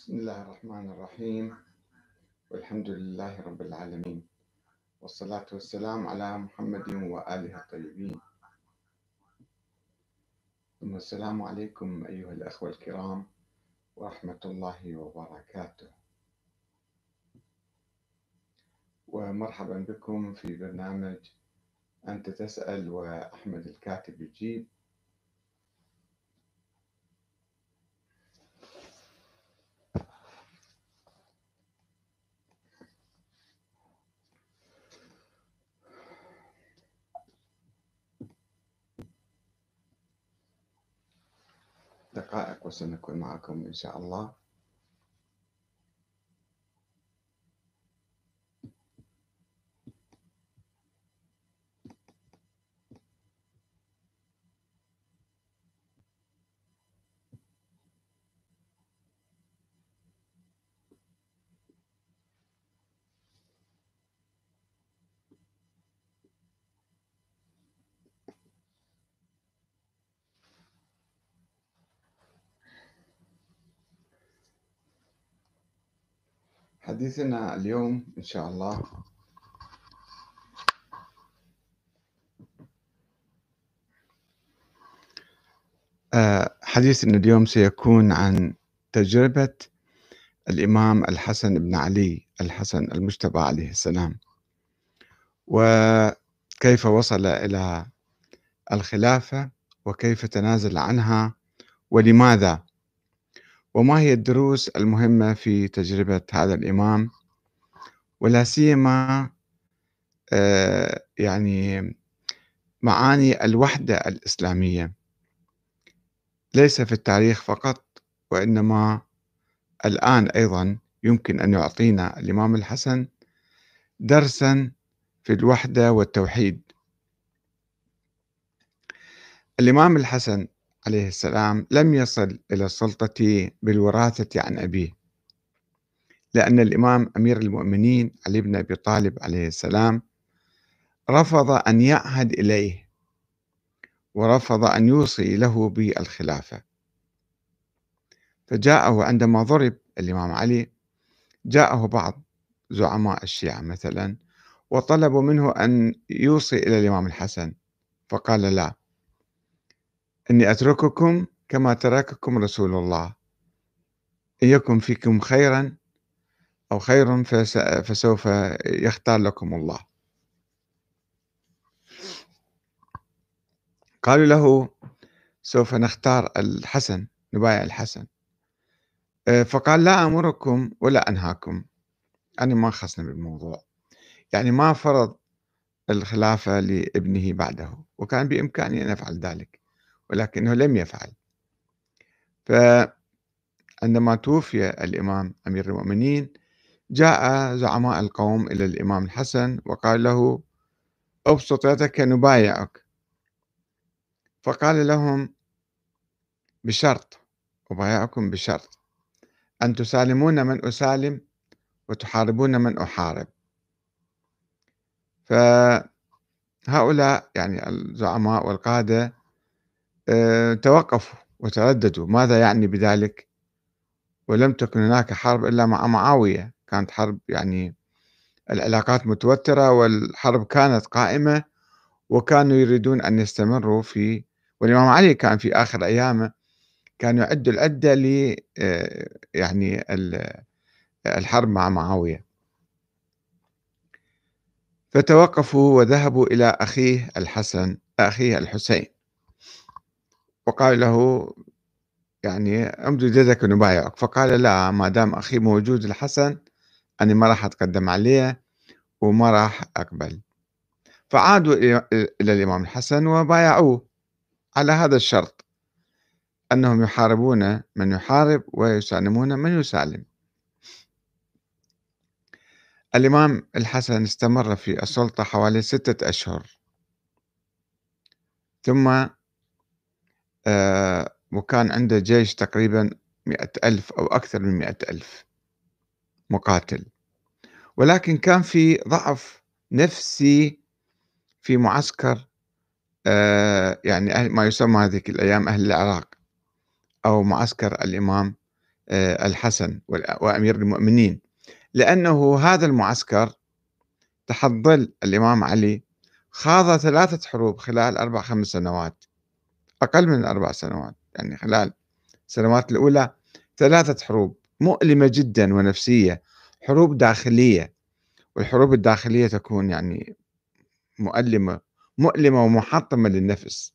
بسم الله الرحمن الرحيم، والحمد لله رب العالمين، والصلاة والسلام على محمد وآله الطيبين، ثم السلام عليكم أيها الأخوة الكرام ورحمة الله وبركاته، ومرحبا بكم في برنامج أنت تسأل وأحمد الكاتب يجيب. دقائق وسنكون معكم إن شاء الله. حديثنا اليوم إن شاء الله حديثنا اليوم سيكون عن تجربة الإمام الحسن بن علي الحسن المجتبى عليه السلام، وكيف وصل إلى الخلافة وكيف تنازل عنها ولماذا، وما هي الدروس المهمة في تجربة هذا الإمام، ولا سيما يعني معاني الوحدة الإسلامية ليس في التاريخ فقط، وإنما الآن أيضا يمكن أن يعطينا الإمام الحسن درسا في الوحدة والتوحيد. الإمام الحسن عليه السلام لم يصل إلى السلطة بالوراثة عن أبيه، لأن الإمام أمير المؤمنين علي بن أبي طالب عليه السلام رفض أن يعهد إليه، ورفض أن يوصي له بالخلافة، فجاءه عندما ضرب الإمام علي جاءه بعض زعماء الشيعة مثلا وطلبوا منه أن يوصي إلى الإمام الحسن، فقال لا، إني أترككم كما ترككم رسول الله، إن يكن فيكم خيرا أو خير فسوف يختار لكم الله. قالوا له سوف نختار الحسن، نبايع الحسن، فقال لا أمركم ولا أنهاكم، أنا ما خصني بالموضوع، يعني ما فرض الخلافة لابنه بعده، وكان بإمكانه أن يفعل ذلك ولكنه لم يفعل. فعندما توفي الإمام أمير المؤمنين جاء زعماء القوم إلى الإمام الحسن وقال له أبسط يدك نبايعك، فقال لهم بشرط، أبايعكم بشرط أن تسالمون من أسالم وتحاربون من أحارب. فهؤلاء يعني الزعماء والقادة توقفوا وترددوا ماذا يعني بذلك، ولم تكن هناك حرب إلا مع معاوية، كانت حرب يعني العلاقات متوترة والحرب كانت قائمة، وكانوا يريدون أن يستمروا والإمام علي كان في آخر أيامه كان يعد العدة ل يعني الحرب مع معاوية، فتوقفوا وذهبوا إلى أخيه الحسين وقال له يعني امدد يدك ونبايعك، فقال لا، ما دام أخي موجود الحسن أنا ما راح أتقدم عليه وما راح أقبل. فعادوا إلى الإمام الحسن وبايعوه على هذا الشرط، أنهم يحاربون من يحارب ويسالمون من يسالم. الإمام الحسن استمر في السلطة حوالي 6 أشهر، ثم وكان عنده جيش تقريبا 100,000 أو أكثر من 100,000 مقاتل، ولكن كان في ضعف نفسي في معسكر يعني ما يسمى هذيك الأيام أهل العراق، أو معسكر الإمام الحسن وأمير المؤمنين، لأنه هذا المعسكر تحت ظل الإمام علي خاض 3 حروب خلال 4 5 سنوات، أقل من 4 سنوات، يعني خلال السنوات الأولى 3 حروب مؤلمة جدًا ونفسية، حروب داخلية، والحروب الداخلية تكون يعني مؤلمة مؤلمة ومحطمة للنفس.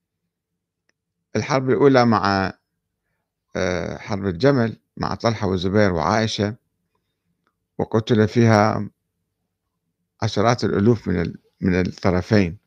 الحرب الأولى مع حرب الجمل مع طلحة والزبير وعائشة، وقُتل فيها عشرات الألوف من الطرفين.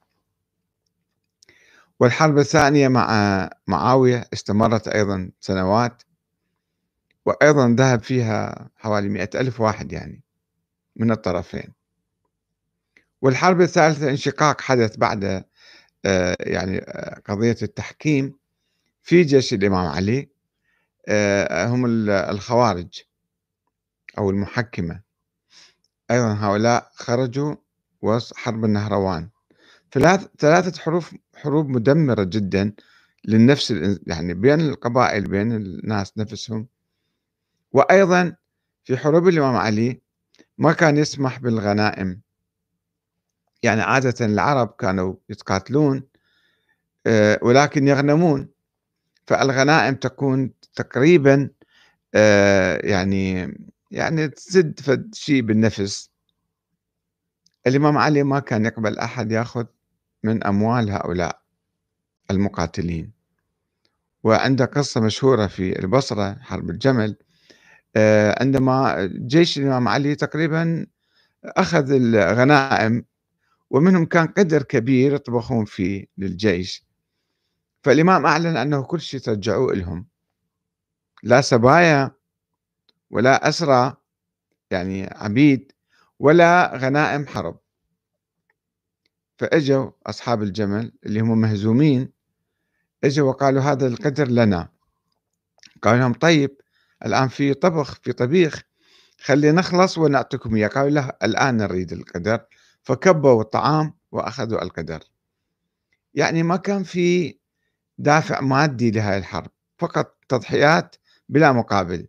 والحرب الثانية مع معاوية استمرت أيضًا سنوات، وأيضًا ذهب فيها حوالي 100,000 واحد يعني من الطرفين. والحرب الثالثة انشقاق حدث بعد يعني قضية التحكيم في جيش الإمام علي، هم الخوارج أو المحكمة، أيضًا هؤلاء خرجوا وسط حرب النهروان. 3 حروب مدمرة جدًا للنفس يعني بين القبائل بين الناس نفسهم. وأيضًا في حروب الإمام علي ما كان يسمح بالغنائم، يعني عادةً العرب كانوا يتقاتلون ولكن يغنمون، فالغنائم تكون تقريبًا يعني تسد فد شي بالنفس. الإمام علي ما كان يقبل أحد يأخذ من أموال هؤلاء المقاتلين. وعنده قصة مشهورة في البصرة حرب الجمل، عندما جيش الإمام علي تقريبًا أخذ الغنائم، ومنهم كان قدر كبير يطبخون فيه للجيش، فالإمام أعلن أنه كل شيء ترجعوه إلهم، لا سبايا ولا أسرى يعني عبيد ولا غنائم حرب. فأجوا أصحاب الجمل اللي هم مهزومين، أجوا وقالوا هذا القدر لنا. قالوا لهم طيب الآن في طبخ في طبيخ، خلّي نخلص ونعطيكم إياه. قالوا له الآن نريد القدر، فكبّوا الطعام وأخذوا القدر. يعني ما كان في دافع مادي لهاي الحرب، فقط تضحيات بلا مقابل.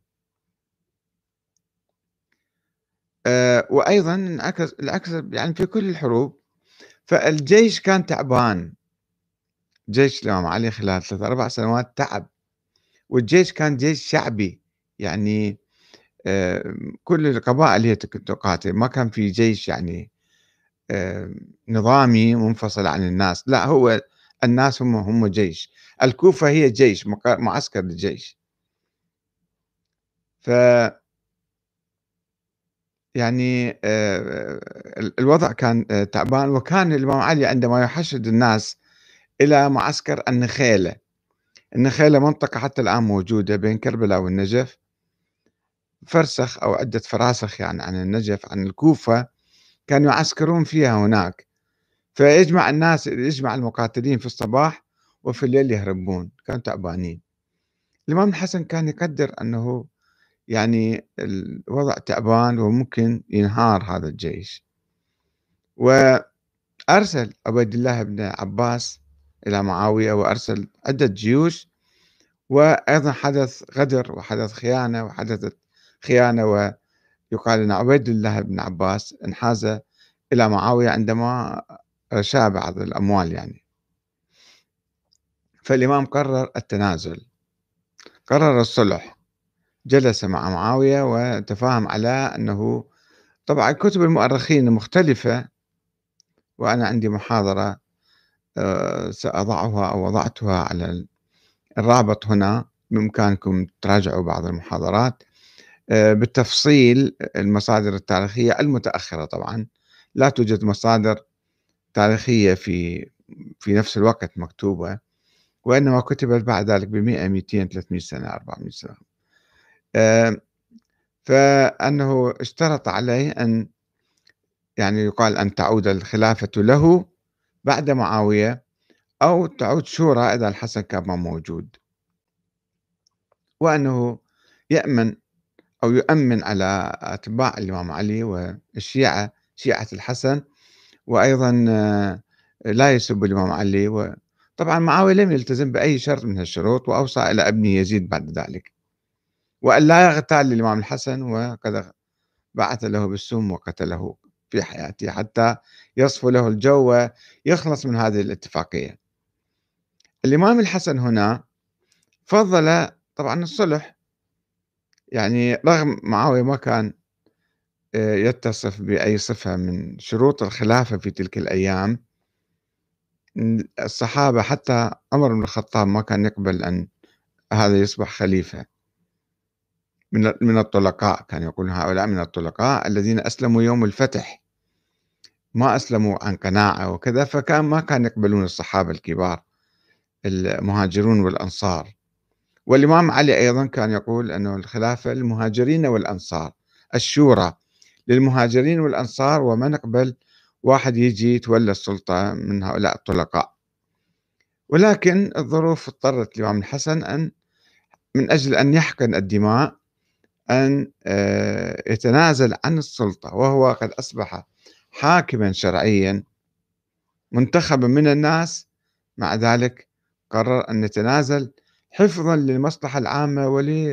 وأيضًا العكس يعني في كل الحروب، فالجيش كان تعبان، جيش الإمام علي خلال 3 4 سنوات تعب، والجيش كان جيش شعبي، يعني كل القبائل هي تقاتل، ما كان في جيش يعني نظامي منفصل عن الناس، لأ هو الناس هم جيش، الكوفة هي جيش معسكر للجيش. ف يعني الوضع كان تعبان، وكان الإمام علي عندما يحشد الناس إلى معسكر النخيلة. النخيلة منطقة حتى الآن موجودة بين كربلاء والنجف، فرسخ أو عدة فراسخ يعني عن النجف عن الكوفة، كانوا يعسكرون فيها هناك. فيجمع الناس يجمع المقاتلين في الصباح، وفي الليل يهربون، كانوا تعبانين. الإمام الحسن كان يقدر أنه يعني الوضع تعبان وممكن ينهار هذا الجيش، وأرسل عبيد الله بن عباس إلى معاوية، وأرسل عدة جيوش، وأيضا حدث غدر وحدث خيانة وحدثت خيانة. ويقال أن عبيد الله بن عباس انحاز إلى معاوية عندما رشا بعض الأموال يعني. فالإمام قرر التنازل، قرر الصلح، جلس مع معاوية وتفاهم على أنه، طبعا كتب المؤرخين مختلفة، وأنا عندي محاضرة سأضعها أو وضعتها على الرابط هنا، بإمكانكم تراجعوا بعض المحاضرات بالتفصيل. المصادر التاريخية المتأخرة طبعا، لا توجد مصادر تاريخية في نفس الوقت مكتوبة، وإنما كتبت بعد ذلك ب100 200 300 سنة 400 سنة. فأنه اشترط عليه أن يعني يقال أن تعود الخلافة له بعد معاوية، أو تعود شورى إذا الحسن كان ما موجود، وأنه يأمن أو يؤمن على أتباع الإمام علي والشيعة، شيعة الحسن، وأيضا لا يسب الإمام علي. وطبعا معاوية لم يلتزم بأي شرط من هالشروط، وأوصى إلى ابنه يزيد بعد ذلك. وأن لا يغتال الإمام الحسن، وقد بعث له بالسم وقتله في حياته حتى يصفو له الجو ويخلص من هذه الاتفاقية. الإمام الحسن هنا فضل طبعا الصلح، يعني رغم معاوية ما كان يتصف بأي صفة من شروط الخلافة في تلك الأيام. الصحابة حتى عمر بن الخطاب ما كان يقبل أن هذا يصبح خليفة من الطلقاء، كان يقول هؤلاء من الطلقاء الذين أسلموا يوم الفتح، ما أسلموا عن قناعة وكذا، فكان ما كان يقبلون الصحابة الكبار المهاجرون والأنصار. والإمام علي أيضا كان يقول أنه الخلافة للمهاجرين والأنصار، الشورى للمهاجرين والأنصار، وما نقبل واحد يجي يتولى السلطة من هؤلاء الطلقاء. ولكن الظروف اضطرت الإمام الحسن أن من أجل أن يحقن الدماء أن يتنازل عن السلطة، وهو قد أصبح حاكما شرعيا منتخبا من الناس. مع ذلك قرر أن يتنازل حفظا للمصلحة العامة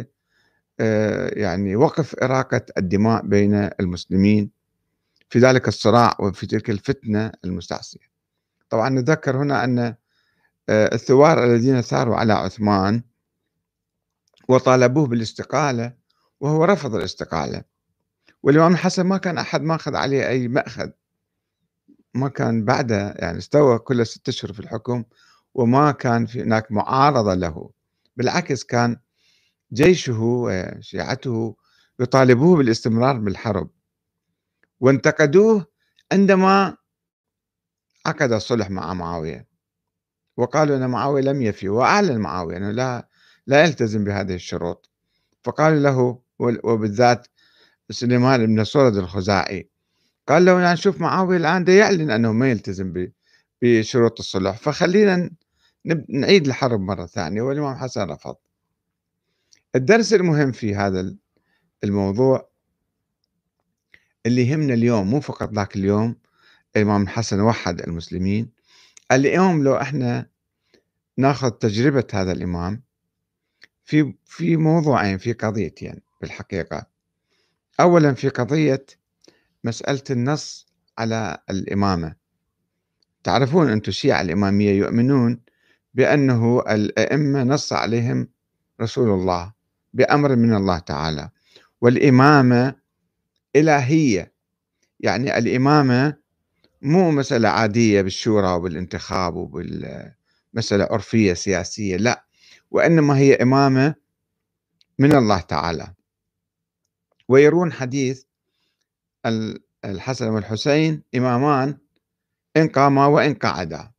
يعني وقف إراقة الدماء بين المسلمين في ذلك الصراع وفي تلك الفتنة المستعصية. طبعا نذكر هنا أن الثوار الذين ثاروا على عثمان وطالبوه بالاستقالة وهو رفض الاستقالة، والإمام الحسن ما كان أحد ماخذ عليه أي مأخذ، ما كان بعده، يعني استوى كل 6 أشهر في الحكم وما كان في هناك معارضة له. بالعكس كان جيشه وشيعته يطالبوه بالاستمرار بالحرب، وانتقدوه عندما عقد الصلح مع معاوية، وقالوا أن معاوية لم يفي، وأعلن معاوية أنه لا يلتزم بهذه الشروط. فقال له، وبالذات سليمان بن سورد الخزاعي، قال له يعني شوف معاوية الآن ده يعلن أنه ما يلتزم بشروط الصلح، فخلينا نعيد الحرب مرة ثانية. والإمام حسن رفض. الدرس المهم في هذا الموضوع اللي يهمنا اليوم، مو فقط ذاك اليوم الإمام الحسن وحد المسلمين، اليوم لو احنا ناخذ تجربة هذا الإمام في موضوعين، في قضيتين بالحقيقة. أولا في قضية مسألة النص على الإمامة. تعرفون أنتم الشيعة الإمامية يؤمنون بأنه الأئمة نص عليهم رسول الله بأمر من الله تعالى، والإمامة إلهية. يعني الإمامة مو مسألة عادية بالشورى وبالانتخاب وبالمسألة عرفية سياسية، لا، وإنما هي إمامة من الله تعالى. ويرون حديث الحسن والحسين إمامان إن قاما وإن قعدا.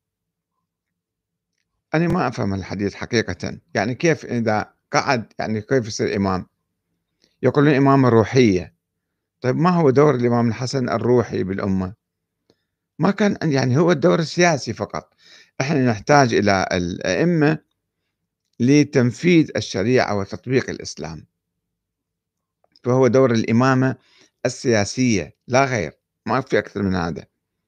أنا ما أفهم الحديث حقيقة، يعني كيف إذا قعد يعني كيف يصير إمام؟ يقولون إمامة روحية. طيب ما هو دور الإمام الحسن الروحي بالأمة؟ ما كان يعني هو الدور السياسي فقط. احنا نحتاج إلى الأئمة لتنفيذ الشريعة وتطبيق الإسلام، فهو دور الإمامة السياسية لا غير، ما في أكثر من هذا.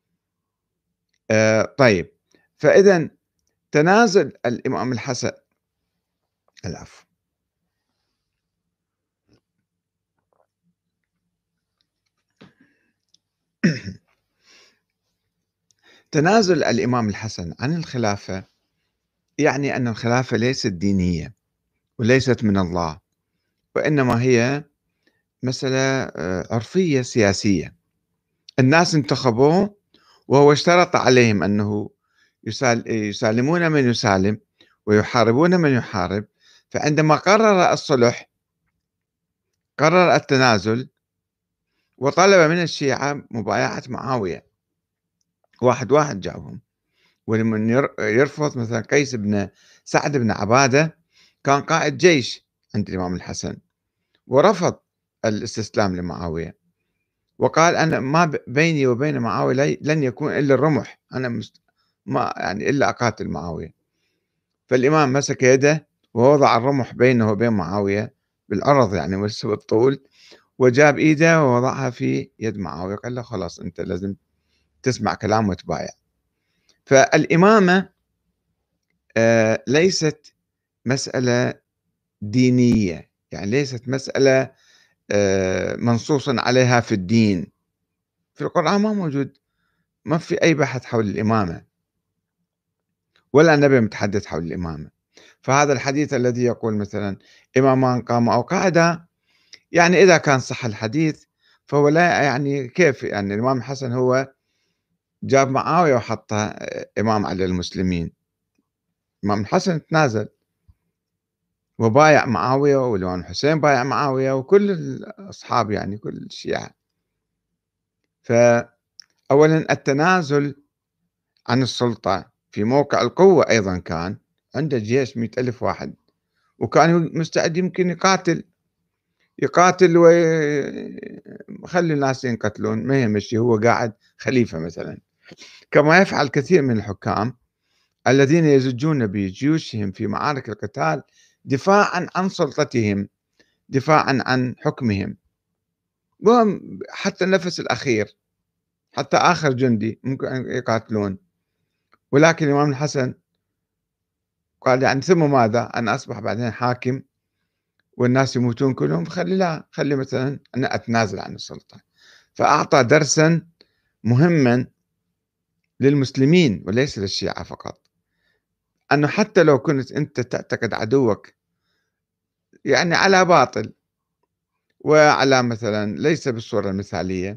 طيب، فإذا تنازل الإمام الحسن، العفو، تنازل الإمام الحسن عن الخلافة يعني أن الخلافة ليست دينية وليست من الله، وإنما هي مسألة عرفية سياسية. الناس انتخبوه وهو اشترط عليهم أنه يسالمون من يسالم ويحاربون من يحارب. فعندما قرر الصلح قرر التنازل وطلب من الشيعة مبايعة معاوية، واحد واحد جابهم. ولمن يرفض مثلا قيس بن سعد بن عبادة كان قائد جيش عند الإمام الحسن ورفض الاستسلام لمعاوية، وقال أنا ما بيني وبين معاوية لن يكون إلا الرمح، أنا ما يعني إلا أقاتل معاوية. فالإمام مسك يده ووضع الرمح بينه وبين معاوية بالأرض، يعني بالطول، وجاب إيده ووضعها في يد معاوية، قال له خلاص أنت لازم تسمع كلام وتبايع. فالإمامة ليست مسألة دينية، يعني ليست مسألة منصوص عليها في الدين. في القرآن ما موجود، ما في أي بحث حول الإمامة، ولا النبي متحدث حول الإمامة. فهذا الحديث الذي يقول مثلا إمامان قام أو قعدا، يعني إذا كان صح الحديث فهو لا يعني كيف يعني الإمام الحسن هو جاب معاوية وحطه إمام على المسلمين؟ الإمام الحسن تنازل وبايع معاوية، والإمام الحسين بايع معاوية، وكل الأصحاب يعني كل الشيعة. فأولا التنازل عن السلطة في موقع القوة أيضا كان عنده جيش 100,000 واحد، وكان مستعد يمكن يقاتل ويخلي الناس ينقتلون، ما يمشي، هو قاعد خليفة مثلا. كما يفعل كثير من الحكام الذين يزجون بجيوشهم في معارك القتال دفاعا عن سلطتهم، دفاعا عن حكمهم، وهم حتى النفس الأخير، حتى آخر جندي ممكن أن يقاتلون. ولكن الإمام الحسن قال يعني ثم ماذا؟ أنا أصبح بعدين حاكم والناس يموتون كلهم، لا خلي مثلا أنا أتنازل عن السلطة. فأعطى درسا مهما للمسلمين وليس للشيعة فقط، أنه حتى لو كنت أنت تعتقد عدوك يعني على باطل وعلى مثلا ليس بالصورة المثالية،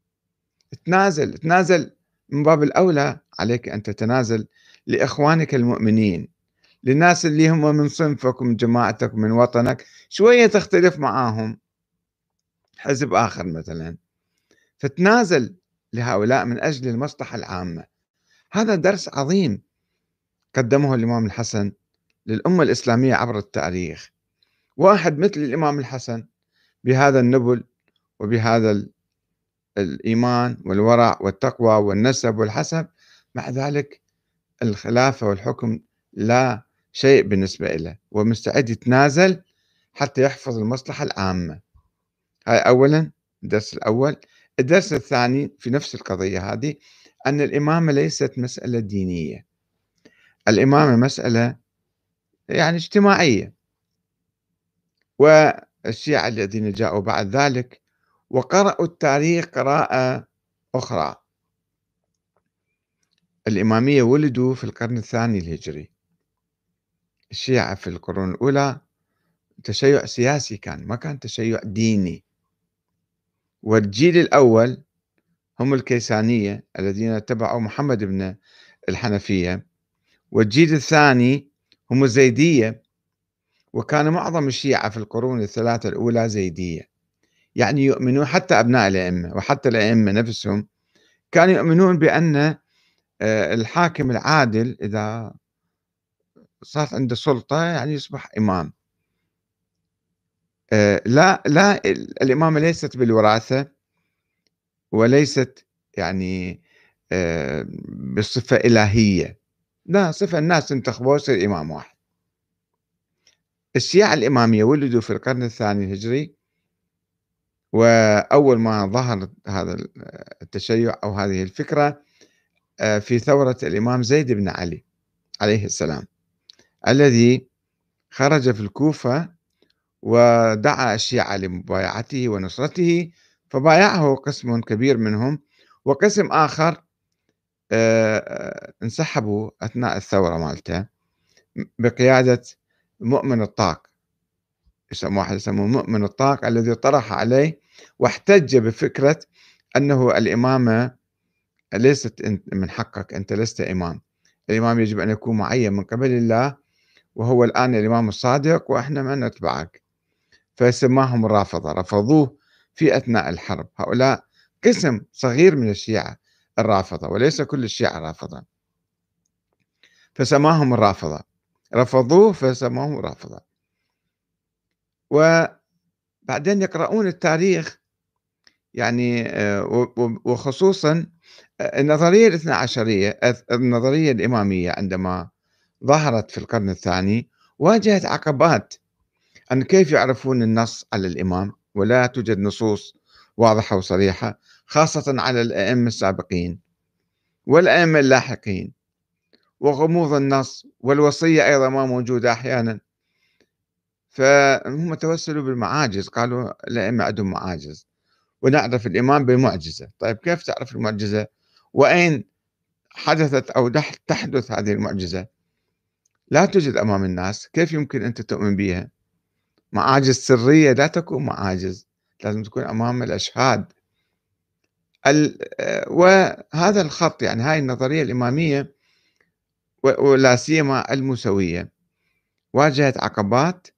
تنازل من باب الأولى عليك أن تتنازل لإخوانك المؤمنين، للناس اللي هم من صنفك ومن جماعتك ومن وطنك، شوية تختلف معاهم حزب آخر مثلا، فتنازل لهؤلاء من أجل المصلحة العامة. هذا درس عظيم قدمه الإمام الحسن للأمة الإسلامية عبر التاريخ. واحد مثل الإمام الحسن بهذا النبل وبهذا الإيمان والورع والتقوى والنسب والحسب، مع ذلك الخلافة والحكم لا شيء بالنسبة له، ومستعد يتنازل حتى يحفظ المصلحة العامة. هاي أولا الدرس الأول. الدرس الثاني في نفس القضية هذه، أن الإمامة ليست مسألة دينية، الإمامة مسألة يعني اجتماعية. والشيعة الذين جاءوا بعد ذلك وقرأوا التاريخ قراءة أخرى، الإمامية ولدوا في القرن الثاني الهجري، الشيعة في القرون الأولى تشيع سياسي كان، ما كان تشيع ديني. والجيل الأول هم الكيسانية الذين اتبعوا محمد بن الحنفية، والجيل الثاني هم الزيدية، وكان معظم الشيعة في القرون الثلاثة الأولى زيدية، يعني يؤمنون حتى أبناء الأئمة وحتى الأئمة نفسهم كانوا يؤمنون بأن الحاكم العادل إذا صارت عنده سلطة يعني يصبح إمام. لا الإمامة ليست بالوراثة، وليست يعني بصفة إلهية، لا، صفة الناس تنتخبه ويصير إمام واحد. الشيعة الإمامية ولدوا في القرن الثاني الهجري، وأول ما ظهر هذا التشيع أو هذه الفكرة في ثورة الإمام زيد بن علي عليه السلام، الذي خرج في الكوفة ودعا الشيعة لمبايعته ونصرته، فبايعه قسم كبير منهم، وقسم آخر انسحبوا أثناء الثورة مالته بقيادة مؤمن الطاق، واحد يسموه مؤمن الطاق، الذي طرح عليه واحتج بفكرة أنه الإمامة ليست من حقك، أنت لست إمام، الإمام يجب أن يكون معين من قبل الله، وهو الآن الإمام الصادق وإحنا ما نتبعك. فسماهم الرافضة، رفضوه في أثناء الحرب. هؤلاء قسم صغير من الشيعة الرافضة، وليس كل الشيعة رافضة، فسماهم الرافضة، رفضوه فسماهم الرافضة. وبعدين يقرؤون التاريخ يعني وخصوصا النظرية الاثنى عشرية، النظرية الإمامية عندما ظهرت في القرن الثاني واجهت عقبات، أن كيف يعرفون النص على الإمام ولا توجد نصوص واضحة وصريحة، خاصة على الأئمة السابقين والأئمة اللاحقين، وغموض النص، والوصية أيضا ما موجودة أحيانا. فهم توسلوا بالمعاجز، قالوا الأئمة عندهم معاجز ونعرف الإمام بالمعجزة. طيب كيف تعرف المعجزة؟ وأين حدثت أو تحدث هذه المعجزة؟ لا توجد أمام الناس، كيف يمكن أنت تؤمن بها؟ معاجز سرية لا تكون معاجز، لازم تكون أمام الأشهاد. وهذا الخط، يعني هاي النظرية الإمامية ولا سيما الموسوية، واجهت عقبات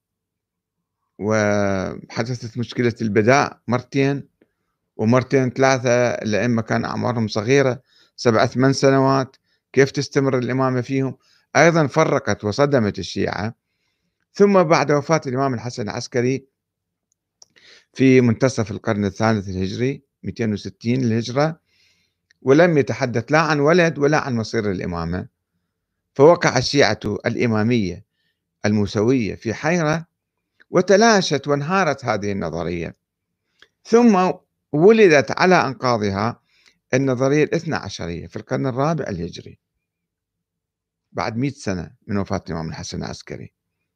وحدثت مشكلة البداء مرتين ومرتين ثلاثة. الأئمة كان أعمارهم صغيرة، 7 8 سنوات، كيف تستمر الإمامة فيهم؟ أيضا فرقت وصدمت الشيعة. ثم بعد وفاة الإمام الحسن العسكري في منتصف القرن الثالث الهجري 260 للهجرة، ولم يتحدث لا عن ولد ولا عن مصير الإمامة، فوقع الشيعة الإمامية الموسوية في حيرة، وتلاشت وانهارت هذه النظرية. ثم ولدت على أنقاضها النظرية الاثنى عشرية في القرن الرابع الهجري، بعد 100 سنة من وفاة الإمام الحسن العسكري.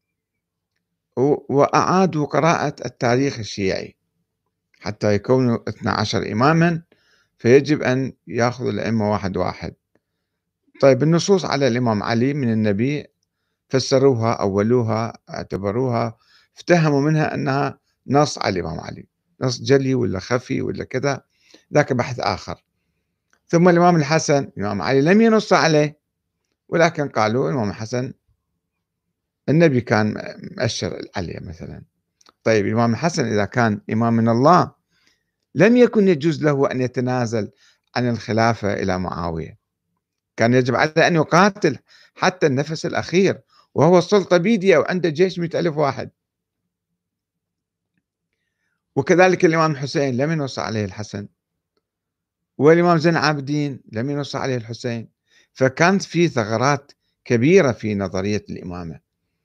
وأعادوا قراءة التاريخ الشيعي حتى يكونوا 12 إماما، فيجب أن يأخذوا الأئمة واحد واحد. طيب النصوص على الإمام علي من النبي فسروها، أولوها، اعتبروها، افتهموا منها أنها نص على الإمام علي، نص جلي ولا خفي ولا كذا، ذاك بحث آخر. ثم الإمام الحسن، الإمام علي لم ينص عليه، ولكن قالوا الإمام الحسن النبي كان مؤشر عليه مثلا. طيب الإمام الحسن إذا كان إمام من الله لم يكن يجوز له أن يتنازل عن الخلافة إلى معاوية، كان يجب عليه أن يقاتل حتى النفس الأخير، وهو السلطة بيديه وعنده جيش 100,000 واحد. وكذلك الإمام الحسين لم ينص عليه الحسن، والإمام زين العابدين لم ينص عليه الحسين. فكانت في ثغرات كبيرة في نظرية الإمامة،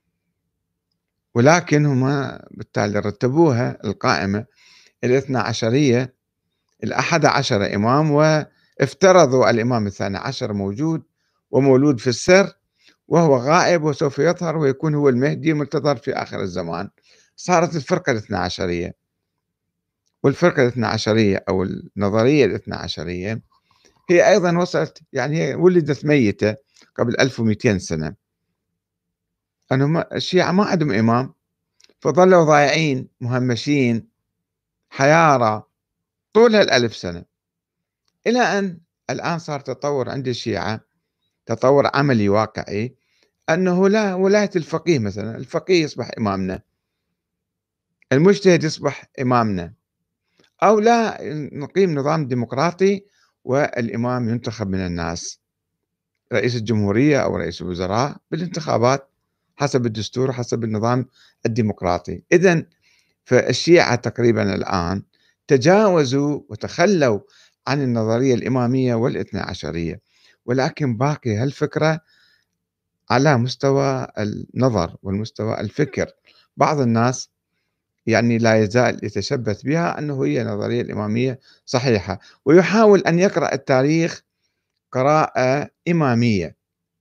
ولكن هم بالتالي رتبوها القائمة الاثنى عشرية 11 إمام، وافترضوا الإمام الثاني عشر موجود ومولود في السر وهو غائب وسوف يظهر ويكون هو المهدي المنتظر في آخر الزمان. صارت الفرقة الاثنى عشرية. والفرقة الاثنى عشرية أو النظرية الاثنى عشرية هي أيضا وصلت، يعني هي ولدت ميتة قبل 1200 سنة. أنهم الشيعة ما عندهم إمام، فظلوا ضايعين مهمشين حيارى طول هالألف سنة، إلى أن الآن صار تطور عند الشيعة، تطور عملي واقعي، أنه لا، ولاية الفقيه مثلا، الفقيه يصبح إمامنا، المجتهد يصبح إمامنا، أو لا نقيم نظام ديمقراطي والإمام ينتخب من الناس، رئيس الجمهورية أو رئيس الوزراء بالانتخابات حسب الدستور حسب النظام الديمقراطي. إذن فالشيعة تقريبا الآن تجاوزوا وتخلوا عن النظرية الإمامية والاثنى عشرية، ولكن باقي هالفكرة على مستوى النظر والمستوى الفكر. بعض الناس يعني لا يزال يتشبث بها أنه هي نظرية الإمامية صحيحة، ويحاول أن يقرأ التاريخ قراءة إمامية.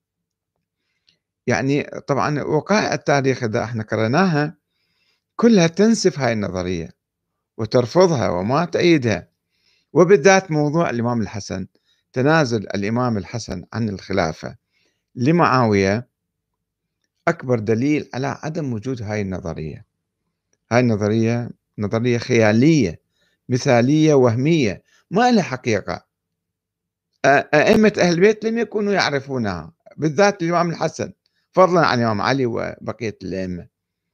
يعني طبعا وقائع التاريخ إذا احنا قرأناها كلها تنسف هاي النظرية وترفضها وما تأيدها، وبالذات موضوع الإمام الحسن، تنازل الإمام الحسن عن الخلافة لمعاوية أكبر دليل على عدم وجود هاي النظرية. هاي النظرية نظرية خيالية مثالية وهمية ما لها حقيقة. أئمة أهل البيت لم يكونوا يعرفونها، بالذات الإمام الحسن، فضلا عن الإمام علي وبقية الأئمة.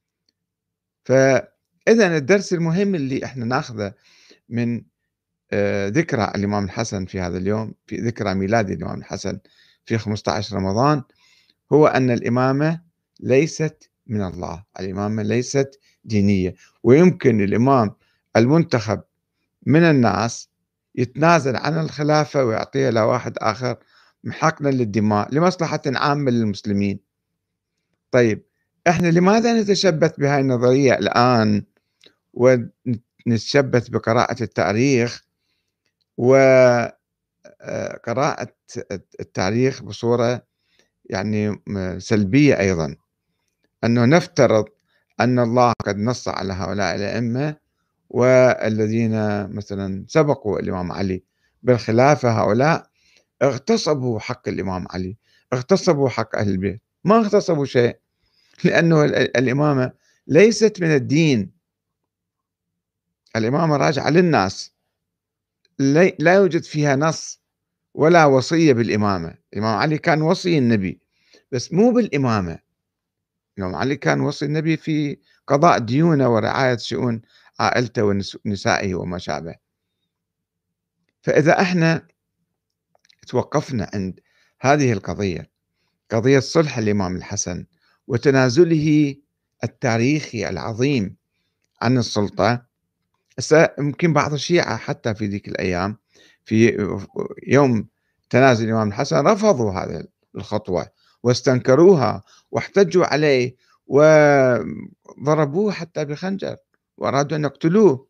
فإذا الدرس المهم اللي احنا ناخذه من ذكرى الإمام الحسن في هذا اليوم، في ذكرى ميلاد الإمام الحسن في 15 رمضان، هو أن الإمامة ليست من الله، الإمامة ليست دينية، ويمكن الإمام المنتخب من الناس يتنازل عن الخلافة ويعطيها لواحد آخر محقنا للدماء لمصلحة عامة للمسلمين. طيب احنا لماذا نتشبث بهاي النظرية الآن ونتشبث بقراءة التاريخ وقراءة التاريخ بصورة يعني سلبية أيضا، أنه نفترض أن الله قد نص على هؤلاء الأئمة، والذين مثلا سبقوا الإمام علي بالخلافة هؤلاء اغتصبوا حق الإمام علي، اغتصبوا حق أهل البيت، ما اغتصبوا شيء، لأنه الإمامة ليست من الدين، الإمامة راجعة للناس، لا يوجد فيها نص ولا وصية بالإمامة. الإمام علي كان وصي النبي بس مو بالإمامة. الإمام علي كان وصي النبي في قضاء ديونه ورعاية شؤون عائلته ونسائه وما شابه. فإذا احنا توقفنا عند هذه القضية، قضية صلح الإمام الحسن وتنازله التاريخي العظيم عن السلطة. هسه يمكن بعض الشيعة حتى في ذيك الأيام في يوم تنازل الإمام الحسن رفضوا هذه الخطوة واستنكروها واحتجوا عليه وضربوه حتى بخنجر وأرادوا أن يقتلوه،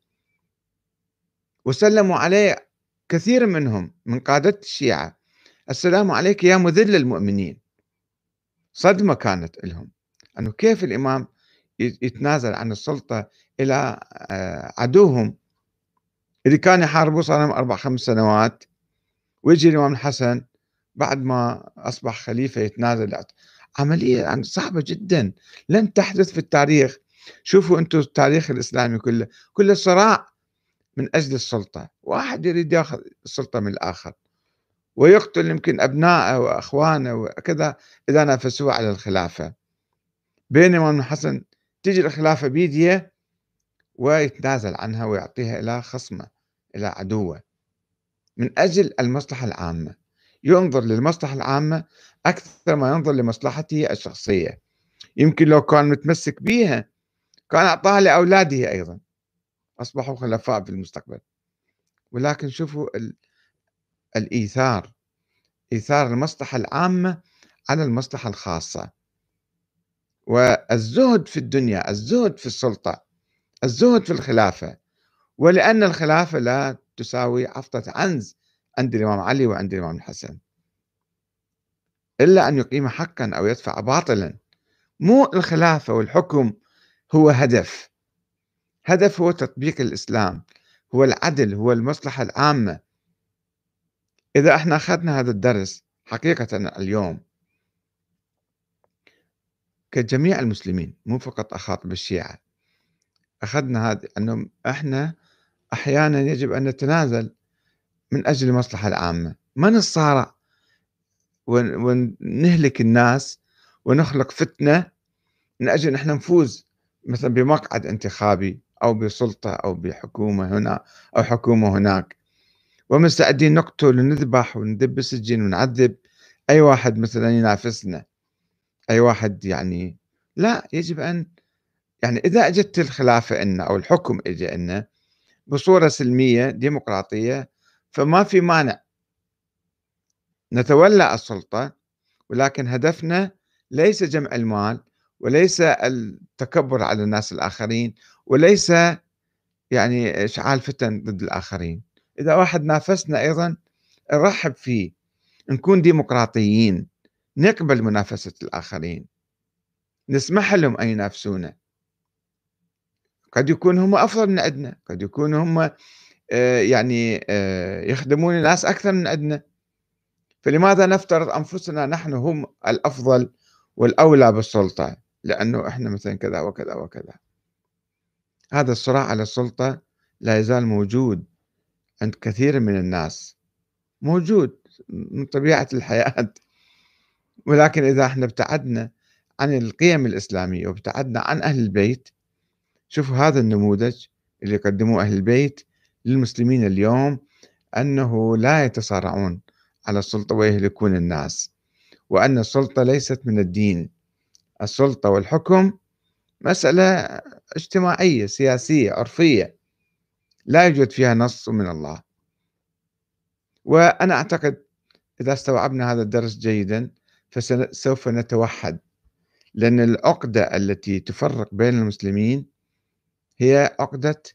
وسلموا عليه كثير منهم من قادة الشيعة: السلام عليك يا مذل المؤمنين. صدمة كانت لهم أنه كيف الإمام يتنازل عن السلطة إلى عدوهم اللي كان يحاربوه صار لهم 4 5 سنوات، ويجي الإمام الحسن بعد ما أصبح خليفة يتنازل. عملية يعني صعبة جدا لم تحدث في التاريخ. شوفوا أنتم التاريخ الإسلامي كله صراع من أجل السلطة، واحد يريد يأخذ السلطة من الآخر ويقتل يمكن أبنائه وأخوانه وكذا إذا نافسوه على الخلافة، بينما الإمام الحسن تجي الخلافة بيديه ويتنازل عنها ويعطيها إلى خصمه، إلى عدوه، من أجل المصلحة العامة. ينظر للمصلحة العامة أكثر ما ينظر لمصلحته الشخصية. يمكن لو كان متمسك بها كان أعطاها لأولاده أيضا، أصبحوا خلفاء في المستقبل. ولكن شوفوا الإيثار، إيثار المصلحة العامة على المصلحة الخاصة، والزهد في الدنيا، الزهد في السلطة، الزهد في الخلافة. ولأن الخلافة لا تساوي عفطة عنز عند الإمام علي وعند الإمام الحسن، إلا أن يقيم حقا أو يدفع باطلا. مو الخلافة والحكم هو هدف هو تطبيق الإسلام، هو العدل، هو المصلحة العامة. إذا احنا أخذنا هذا الدرس حقيقة اليوم كجميع المسلمين، مو فقط أخاطب الشيعة، أخذنا هذا أنه احنا أحيانا يجب أن نتنازل من أجل المصلحة العامة، ما نتصارع ونهلك الناس ونخلق فتنة من أجل أن احنا نفوز مثلا بمقعد انتخابي أو بسلطة أو بحكومة هنا أو حكومة هناك، ومستعدين نقتل ونذبح وندب السجن ونعذب أي واحد مثلا ينافسنا، أي واحد يعني. لا، يجب أن يعني إذا أجت الخلافة إلنا أو الحكم إجى إلنا بصورة سلمية ديمقراطية، فما في مانع نتولى السلطة، ولكن هدفنا ليس جمع المال وليس التكبر على الناس الآخرين وليس يعني إشعال فتن ضد الآخرين. إذا واحد نافسنا أيضا نرحب فيه، نكون ديمقراطيين، نقبل منافسة الآخرين، نسمح لهم أن ينافسونا. قد يكون هم أفضل من عندنا، قد يكون هم يعني يخدمون الناس أكثر من عندنا، فلماذا نفترض أنفسنا نحن هم الأفضل والأولى بالسلطة لأنه إحنا مثلا كذا وكذا وكذا. هذا الصراع على السلطة لا يزال موجود عند كثير من الناس، موجود من طبيعة الحياة. ولكن إذا احنا ابتعدنا عن القيم الإسلامية وابتعدنا عن أهل البيت، شوفوا هذا النموذج اللي قدموه أهل البيت للمسلمين اليوم، أنه لا يتصارعون على السلطة ويهلكون الناس، وأن السلطة ليست من الدين. السلطة والحكم مسألة اجتماعية سياسية عرفية لا يوجد فيها نص من الله. وأنا أعتقد إذا استوعبنا هذا الدرس جيدا فسوف نتوحد، لأن العقدة التي تفرق بين المسلمين هي عقدة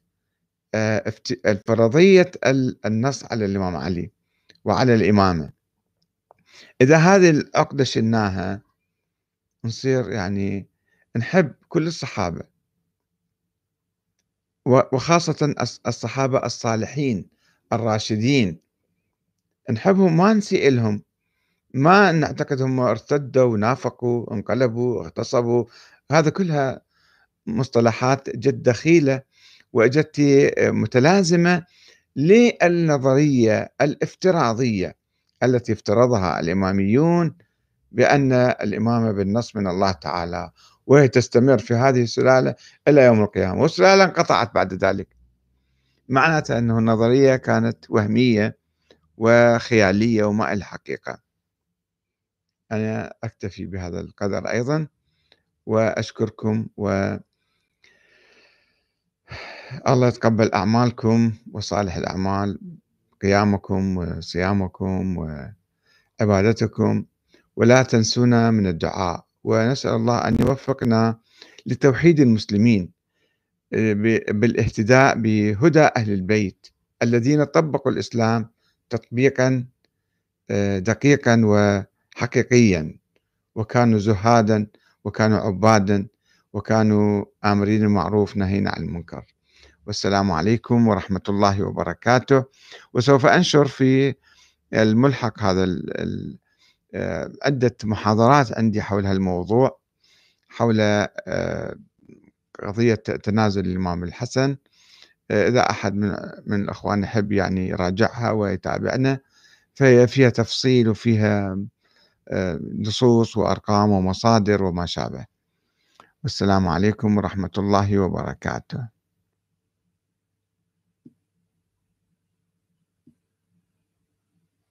فرضية النص على الإمام علي وعلى الإمامة. إذا هذه العقدة شلناها نصير يعني نحب كل الصحابة وخاصة الصحابة الصالحين الراشدين، نحبهم ما نسيء لهم، ما نعتقد هم ارتدوا ونافقوا انقلبوا اغتصبوا، هذا كلها مصطلحات جد دخيلة وأجت متلازمة للنظرية الافتراضية التي افترضها الإماميون بأن الإمامة بالنص من الله تعالى، وهي تستمر في هذه السلالة إلى يوم القيامة، والسلالة انقطعت بعد ذلك. معناته أنه النظرية كانت وهمية وخيالية وما إلها حقيقة. أنا أكتفي بهذا القدر أيضا، وأشكركم، والله يتقبل أعمالكم وصالح الأعمال، قيامكم وصيامكم وعبادتكم، ولا تنسونا من الدعاء، ونسأل الله أن يوفقنا لتوحيد المسلمين بالاهتداء بهدى أهل البيت الذين طبقوا الإسلام تطبيقا دقيقا وحقيقيا، وكانوا زهادا وكانوا عبادا وكانوا آمرين بالمعروف ناهين عن المنكر. والسلام عليكم ورحمة الله وبركاته. وسوف أنشر في الملحق هذا عدة محاضرات عندي حول هالموضوع، حول قضية تنازل الإمام الحسن. إذا أحد من الأخوان يحب يعني يراجعها ويتابعنا، فهي فيها تفصيل وفيها نصوص وأرقام ومصادر وما شابه. والسلام عليكم ورحمة الله وبركاته.